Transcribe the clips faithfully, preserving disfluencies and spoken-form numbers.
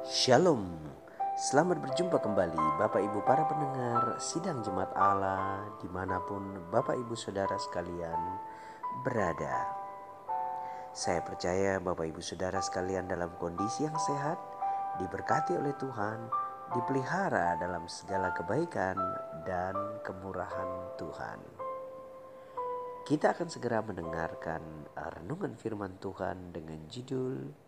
Shalom, selamat berjumpa kembali Bapak Ibu para pendengar Sidang Jemaat Allah dimanapun Bapak Ibu Saudara sekalian berada. Saya percaya Bapak Ibu Saudara sekalian dalam kondisi yang sehat, diberkati oleh Tuhan, dipelihara dalam segala kebaikan dan kemurahan Tuhan. Kita akan segera mendengarkan renungan firman Tuhan dengan judul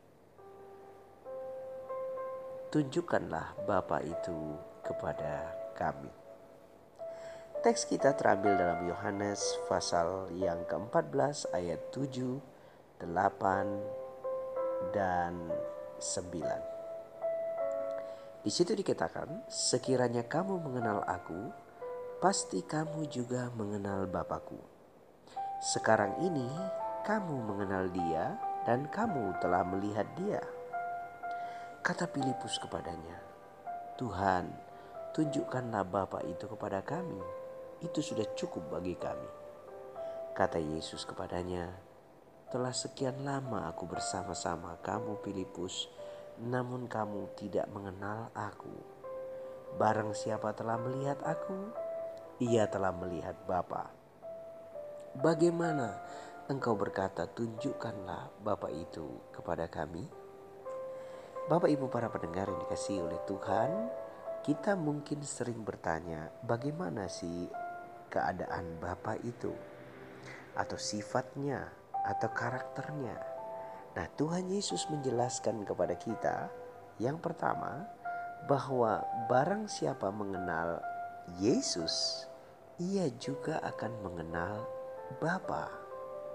Tunjukkanlah Bapa itu kepada kami. Teks kita terambil dalam Yohanes pasal yang keempat belas ayat tujuh, delapan, dan sembilan. Di situ dikatakan, sekiranya kamu mengenal aku, pasti kamu juga mengenal Bapakku. Sekarang ini kamu mengenal dia dan kamu telah melihat dia. Kata Filipus kepadanya, Tuhan, tunjukkanlah Bapa itu kepada kami. Itu sudah cukup bagi kami. Kata Yesus kepadanya, telah sekian lama aku bersama-sama kamu Filipus, namun kamu tidak mengenal aku. Barang siapa telah melihat aku, ia telah melihat Bapa. Bagaimana engkau berkata, tunjukkanlah Bapa itu kepada kami? Bapak Ibu para pendengar yang dikasihi oleh Tuhan, kita mungkin sering bertanya, bagaimana sih keadaan Bapa itu? Atau sifatnya, atau karakternya. Nah, Tuhan Yesus menjelaskan kepada kita, yang pertama, bahwa barang siapa mengenal Yesus, ia juga akan mengenal Bapa.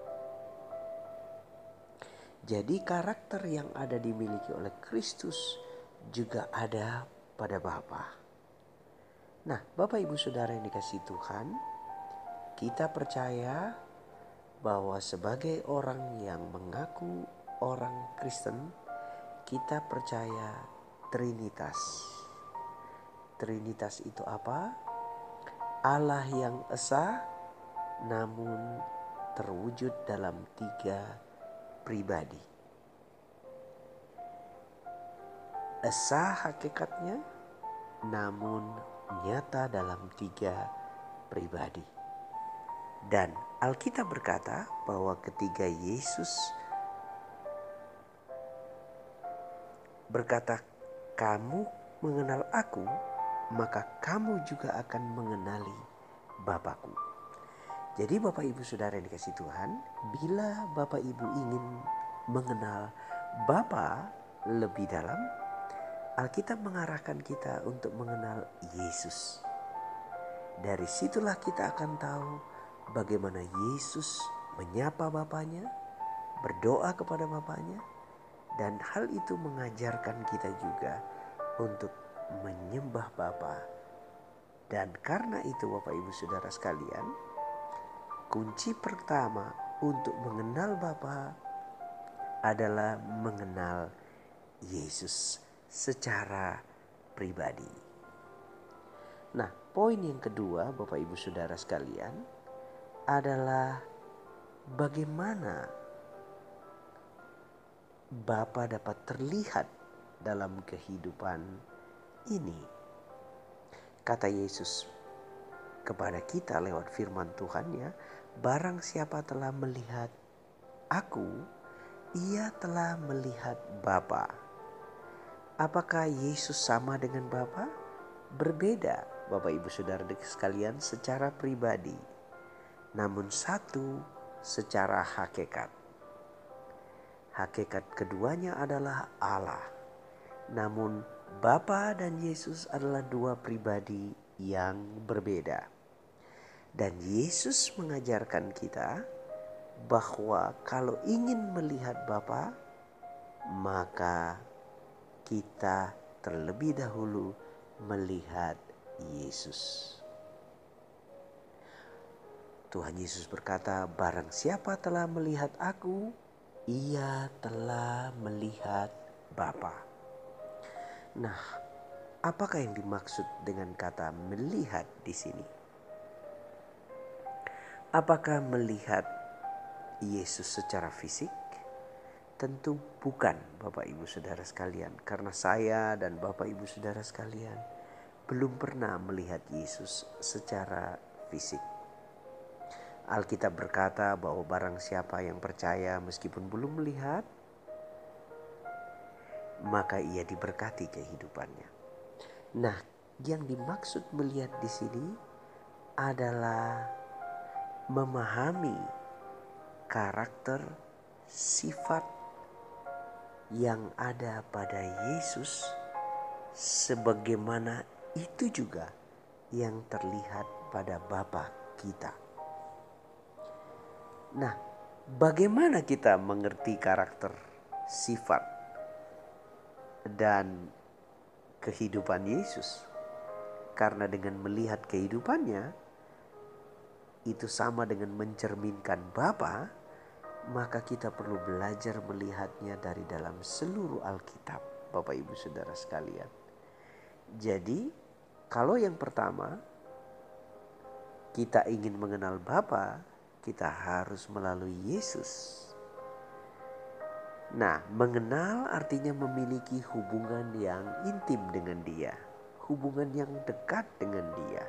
Jadi karakter yang ada dimiliki oleh Kristus juga ada pada Bapa. Nah, Bapak Ibu Saudara yang dikasihi Tuhan, kita percaya bahwa sebagai orang yang mengaku orang Kristen, kita percaya Trinitas. Trinitas itu apa? Allah yang esa namun terwujud dalam tiga pribadi. Esa hakikatnya namun nyata dalam tiga pribadi. Dan Alkitab berkata bahwa ketika Yesus berkata, kamu mengenal aku, maka kamu juga akan mengenali Bapakku. Jadi Bapak Ibu Saudara yang dikasihi Tuhan, bila Bapak Ibu ingin mengenal Bapa lebih dalam, Alkitab mengarahkan kita untuk mengenal Yesus. Dari situlah kita akan tahu bagaimana Yesus menyapa Bapanya, berdoa kepada Bapanya, dan hal itu mengajarkan kita juga untuk menyembah Bapa. Dan karena itu Bapak Ibu Saudara sekalian, kunci pertama untuk mengenal Bapa adalah mengenal Yesus secara pribadi. Nah, poin yang kedua Bapak Ibu Saudara sekalian adalah bagaimana Bapa dapat terlihat dalam kehidupan ini. Kata Yesus kepada kita lewat firman Tuhan, ya, barang siapa telah melihat aku, ia telah melihat Bapa. Apakah Yesus sama dengan Bapa? Berbeda, Bapak Ibu Saudara sekalian, secara pribadi. Namun satu secara hakikat. Hakikat keduanya adalah Allah. Namun Bapa dan Yesus adalah dua pribadi yang berbeda. Dan Yesus mengajarkan kita bahwa kalau ingin melihat Bapa, maka kita terlebih dahulu melihat Yesus. Tuhan Yesus berkata, barang siapa telah melihat aku, ia telah melihat Bapa. Nah, apakah yang dimaksud dengan kata melihat di sini? Apakah melihat Yesus secara fisik? Tentu bukan, Bapak Ibu Saudara sekalian, karena saya dan Bapak Ibu Saudara sekalian belum pernah melihat Yesus secara fisik. Alkitab berkata bahwa barang siapa yang percaya meskipun belum melihat, maka ia diberkati kehidupannya. Nah, yang dimaksud melihat di sini adalah memahami karakter, sifat yang ada pada Yesus, sebagaimana itu juga yang terlihat pada Bapa kita. Nah, bagaimana kita mengerti karakter, sifat, dan kehidupan Yesus? Karena dengan melihat kehidupannya, itu sama dengan mencerminkan Bapa, maka kita perlu belajar melihatnya dari dalam seluruh Alkitab, Bapak Ibu Saudara sekalian. Jadi, kalau yang pertama, kita ingin mengenal Bapa, kita harus melalui Yesus. Nah, mengenal artinya memiliki hubungan yang intim dengan Dia, hubungan yang dekat dengan Dia.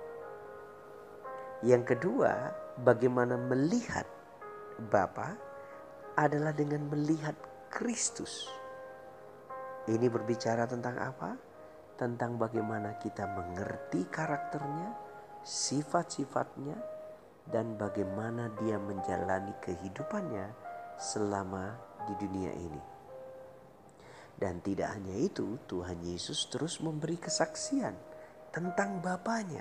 Yang kedua, bagaimana melihat Bapa adalah dengan melihat Kristus. Ini berbicara tentang apa? Tentang bagaimana kita mengerti karakternya, sifat-sifatnya, dan bagaimana Dia menjalani kehidupannya selama di dunia ini. Dan tidak hanya itu, Tuhan Yesus terus memberi kesaksian tentang Bapanya.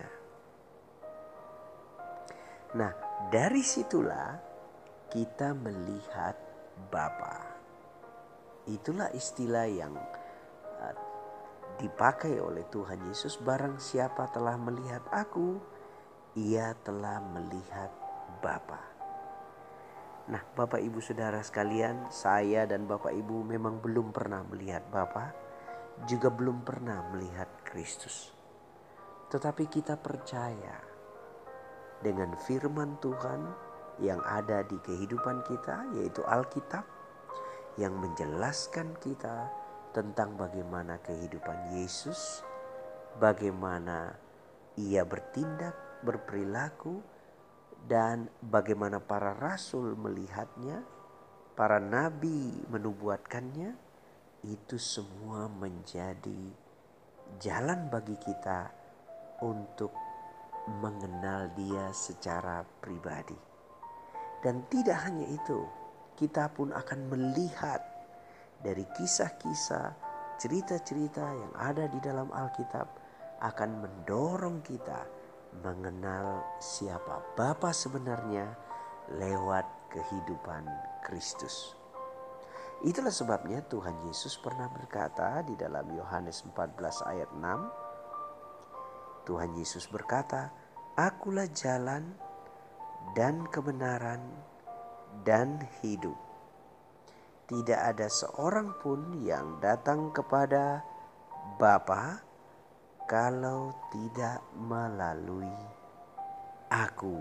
Nah, dari situlah kita melihat Bapa. Itulah istilah yang uh, dipakai oleh Tuhan Yesus. Barang siapa telah melihat aku, ia telah melihat Bapa. Nah, Bapak Ibu Saudara sekalian, saya dan Bapak Ibu memang belum pernah melihat Bapa, juga belum pernah melihat Kristus. Tetapi kita percaya dengan firman Tuhan yang ada di kehidupan kita, yaitu Alkitab, yang menjelaskan kita tentang bagaimana kehidupan Yesus, bagaimana Ia bertindak, berperilaku, dan bagaimana para rasul melihatnya, para nabi menubuatkannya. Itu semua menjadi jalan bagi kita untuk mengenal Dia secara pribadi. Dan tidak hanya itu, kita pun akan melihat dari kisah-kisah, cerita-cerita yang ada di dalam Alkitab akan mendorong kita mengenal siapa Bapa sebenarnya lewat kehidupan Kristus. Itulah sebabnya Tuhan Yesus pernah berkata di dalam Yohanes empat belas ayat enam. Tuhan Yesus berkata, "Akulah jalan dan kebenaran dan hidup. Tidak ada seorang pun yang datang kepada Bapa kalau tidak melalui aku."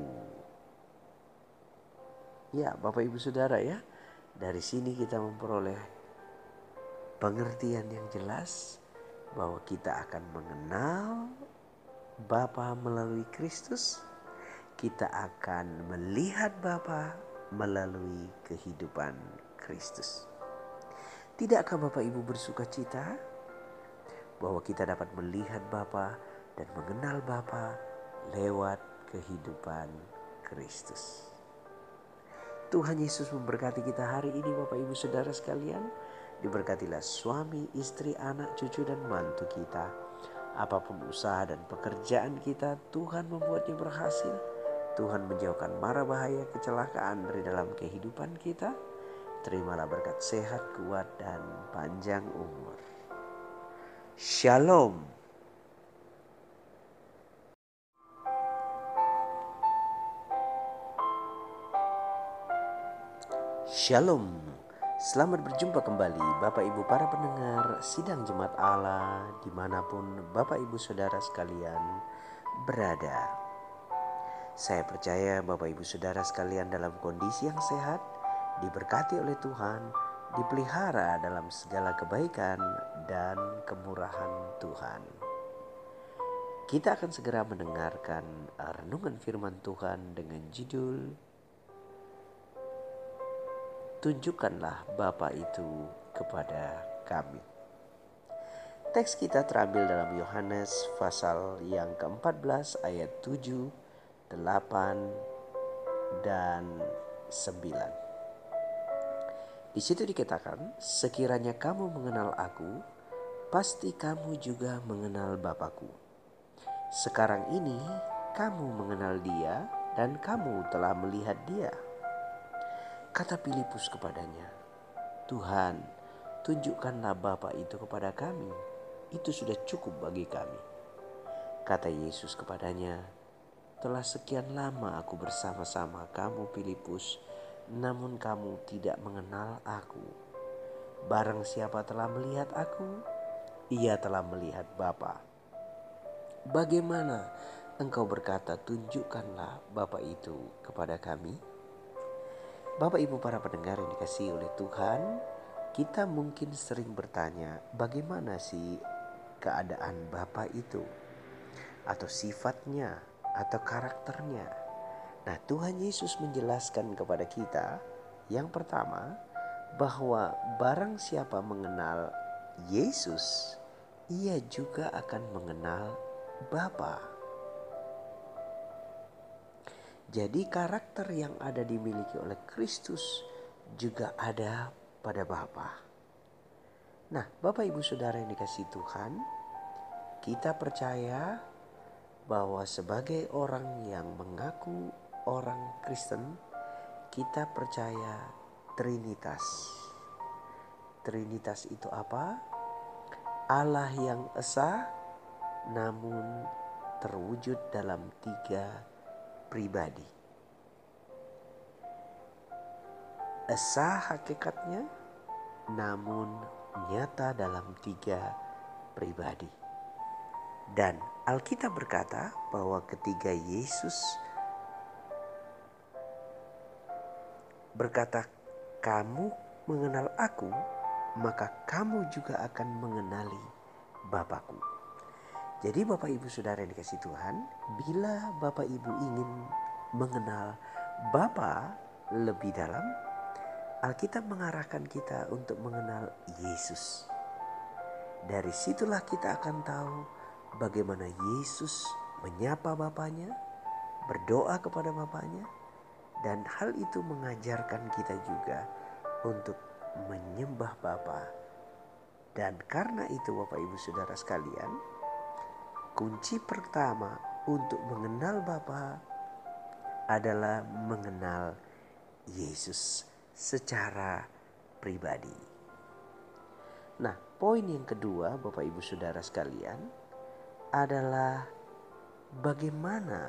Ya, Bapak Ibu Saudara ya, dari sini kita memperoleh pengertian yang jelas bahwa kita akan mengenal Bapa melalui Kristus. Kita akan melihat Bapa melalui kehidupan Kristus. Tidakkah Bapak Ibu bersuka cita bahwa kita dapat melihat Bapa dan mengenal Bapa lewat kehidupan Kristus? Tuhan Yesus memberkati kita hari ini, Bapak Ibu Saudara sekalian. Diberkatilah suami, istri, anak, cucu, dan mantu kita. Apapun usaha dan pekerjaan kita, Tuhan membuatnya berhasil. Tuhan menjauhkan mara bahaya kecelakaan dari dalam kehidupan kita. Terimalah berkat sehat, kuat, dan panjang umur. Shalom. Shalom. Selamat berjumpa kembali Bapak Ibu para pendengar Sidang Jemaat Allah dimanapun Bapak Ibu Saudara sekalian berada. Saya percaya Bapak Ibu Saudara sekalian dalam kondisi yang sehat, diberkati oleh Tuhan, dipelihara dalam segala kebaikan dan kemurahan Tuhan. Kita akan segera mendengarkan renungan firman Tuhan dengan judul Tunjukkanlah Bapa itu kepada kami. Teks kita terambil dalam Yohanes pasal yang keempat belas ayat tujuh, delapan, dan sembilan. Di situ dikatakan, sekiranya kamu mengenal aku, pasti kamu juga mengenal Bapakku. Sekarang ini kamu mengenal dia dan kamu telah melihat dia. Kata Filipus kepadanya, Tuhan, tunjukkanlah Bapa itu kepada kami. Itu sudah cukup bagi kami. Kata Yesus kepadanya, telah sekian lama aku bersama-sama kamu Filipus, namun kamu tidak mengenal aku. Barang siapa telah melihat aku, ia telah melihat Bapa. Bagaimana engkau berkata, tunjukkanlah Bapa itu kepada kami? Bapak Ibu para pendengar yang dikasihi oleh Tuhan, kita mungkin sering bertanya, bagaimana sih keadaan Bapa itu? Atau sifatnya, atau karakternya? Nah, Tuhan Yesus menjelaskan kepada kita, yang pertama, bahwa barang siapa mengenal Yesus, ia juga akan mengenal Bapa. Jadi karakter yang ada dimiliki oleh Kristus juga ada pada Bapa. Nah, Bapak Ibu Saudara yang dikasihi Tuhan, kita percaya bahwa sebagai orang yang mengaku orang Kristen, kita percaya Trinitas. Trinitas itu apa? Allah yang esa namun terwujud dalam tiga pribadi. Esa hakikatnya, namun nyata dalam tiga pribadi. Dan Alkitab berkata bahwa ketika Yesus berkata, kamu mengenal aku, maka kamu juga akan mengenali Bapakku. Jadi Bapak Ibu Saudara yang dikasihi Tuhan, bila Bapak Ibu ingin mengenal Bapa lebih dalam, Alkitab mengarahkan kita untuk mengenal Yesus. Dari situlah kita akan tahu bagaimana Yesus menyapa Bapanya, berdoa kepada Bapanya, dan hal itu mengajarkan kita juga untuk menyembah Bapa. Dan karena itu Bapak Ibu Saudara sekalian, kunci pertama untuk mengenal Bapa adalah mengenal Yesus secara pribadi. Nah, poin yang kedua Bapak Ibu Saudara sekalian adalah bagaimana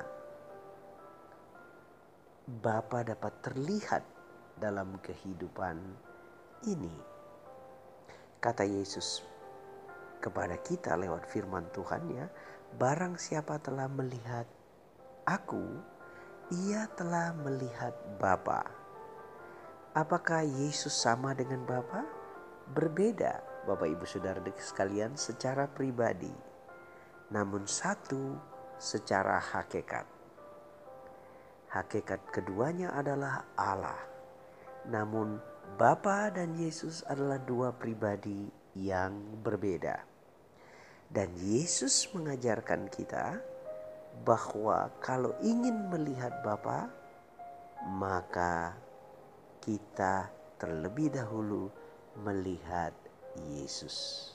Bapa dapat terlihat dalam kehidupan ini. Kata Yesus kepada kita lewat firman Tuhan, ya, barang siapa telah melihat aku, ia telah melihat Bapa. Apakah Yesus sama dengan Bapa? Berbeda, Bapak Ibu Saudara sekalian, secara pribadi. Namun satu secara hakikat. Hakikat keduanya adalah Allah. Namun Bapa dan Yesus adalah dua pribadi yang berbeda. Dan Yesus mengajarkan kita bahwa kalau ingin melihat Bapa, maka kita terlebih dahulu melihat Yesus.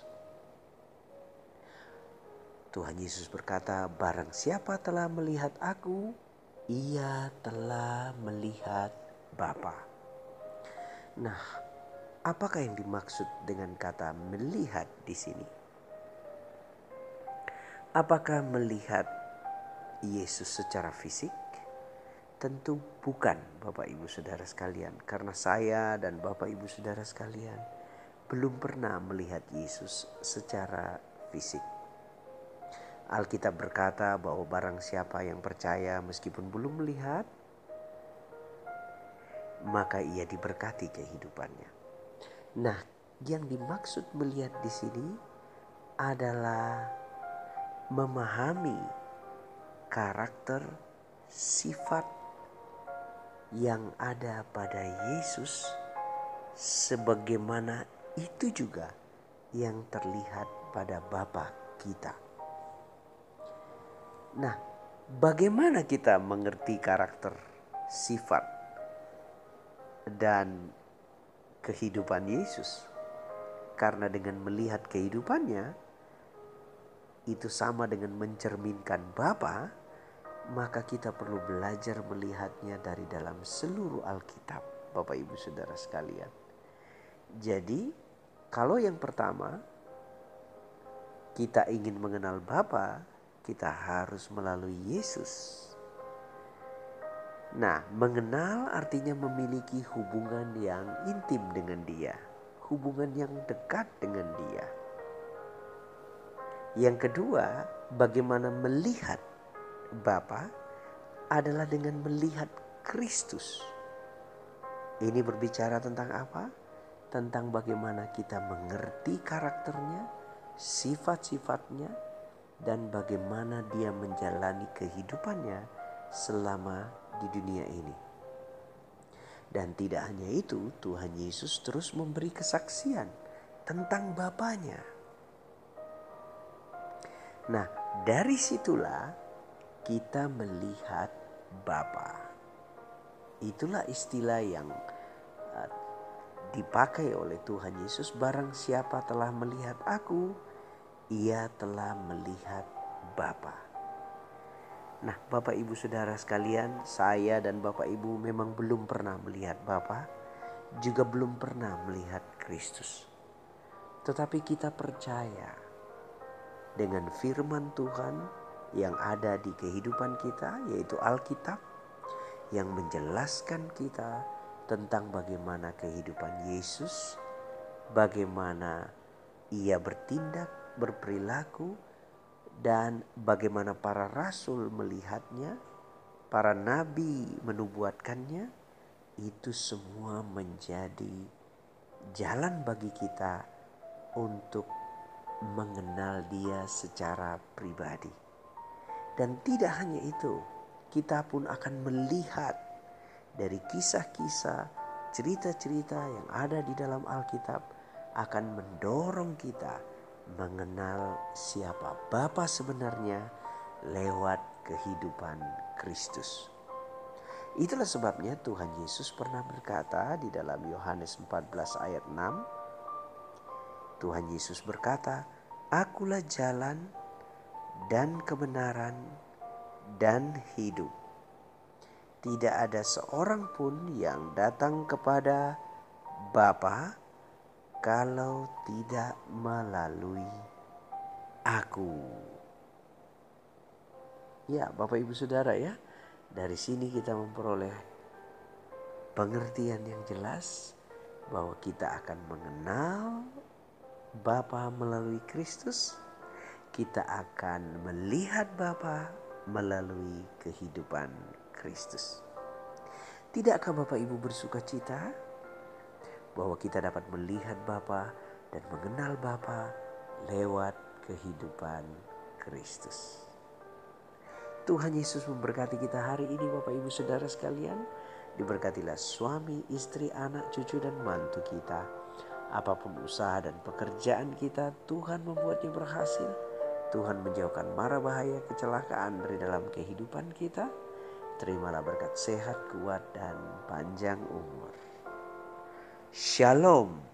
Tuhan Yesus berkata, barang siapa telah melihat aku, ia telah melihat Bapa. Nah, apakah yang dimaksud dengan kata melihat di sini? Apakah melihat Yesus secara fisik? Tentu bukan, Bapak Ibu Saudara sekalian. Karena saya dan Bapak Ibu Saudara sekalian belum pernah melihat Yesus secara fisik. Alkitab berkata bahwa barang siapa yang percaya meskipun belum melihat, maka ia diberkati kehidupannya. Nah, yang dimaksud melihat di sini adalah memahami karakter, sifat yang ada pada Yesus, sebagaimana itu juga yang terlihat pada Bapa kita. Nah, bagaimana kita mengerti karakter, sifat, dan kehidupan Yesus? Karena dengan melihat kehidupannya, itu sama dengan mencerminkan Bapa, maka kita perlu belajar melihatnya dari dalam seluruh Alkitab, Bapak Ibu Saudara sekalian. Jadi, kalau yang pertama, kita ingin mengenal Bapa, kita harus melalui Yesus. Nah, mengenal artinya memiliki hubungan yang intim dengan Dia, hubungan yang dekat dengan Dia. Yang kedua, bagaimana melihat Bapa adalah dengan melihat Kristus. Ini berbicara tentang apa? Tentang bagaimana kita mengerti karakternya, sifat-sifatnya, dan bagaimana Dia menjalani kehidupannya selama di dunia ini. Dan tidak hanya itu, Tuhan Yesus terus memberi kesaksian tentang Bapanya. Nah, dari situlah kita melihat Bapa. Itulah istilah yang uh, dipakai oleh Tuhan Yesus. Barang siapa telah melihat aku, ia telah melihat Bapa. Nah, Bapak Ibu Saudara sekalian, saya dan Bapak Ibu memang belum pernah melihat Bapa, juga belum pernah melihat Kristus. Tetapi kita percaya dengan firman Tuhan yang ada di kehidupan kita, yaitu Alkitab, yang menjelaskan kita tentang bagaimana kehidupan Yesus, bagaimana Ia bertindak, berperilaku, dan bagaimana para rasul melihatnya, para nabi menubuatkannya. Itu semua menjadi jalan bagi kita untuk mengenal Dia secara pribadi. Dan tidak hanya itu, kita pun akan melihat dari kisah-kisah, cerita-cerita yang ada di dalam Alkitab akan mendorong kita mengenal siapa Bapa sebenarnya lewat kehidupan Kristus. Itulah sebabnya Tuhan Yesus pernah berkata di dalam Yohanes empat belas ayat enam. Tuhan Yesus berkata, "Akulah jalan dan kebenaran dan hidup. Tidak ada seorang pun yang datang kepada Bapa kalau tidak melalui aku." Ya, Bapak Ibu Saudara ya, dari sini kita memperoleh pengertian yang jelas bahwa kita akan mengenal Bapa melalui Kristus. Kita akan melihat Bapa melalui kehidupan Kristus. Tidakkah Bapak Ibu bersuka cita bahwa kita dapat melihat Bapa dan mengenal Bapa lewat kehidupan Kristus? Tuhan Yesus memberkati kita hari ini, Bapak Ibu Saudara sekalian. Diberkatilah suami, istri, anak, cucu, dan mantu kita. Apapun usaha dan pekerjaan kita, Tuhan membuatnya berhasil. Tuhan menjauhkan mara bahaya kecelakaan dari dalam kehidupan kita. Terimalah berkat sehat, kuat, dan panjang umur. Shalom.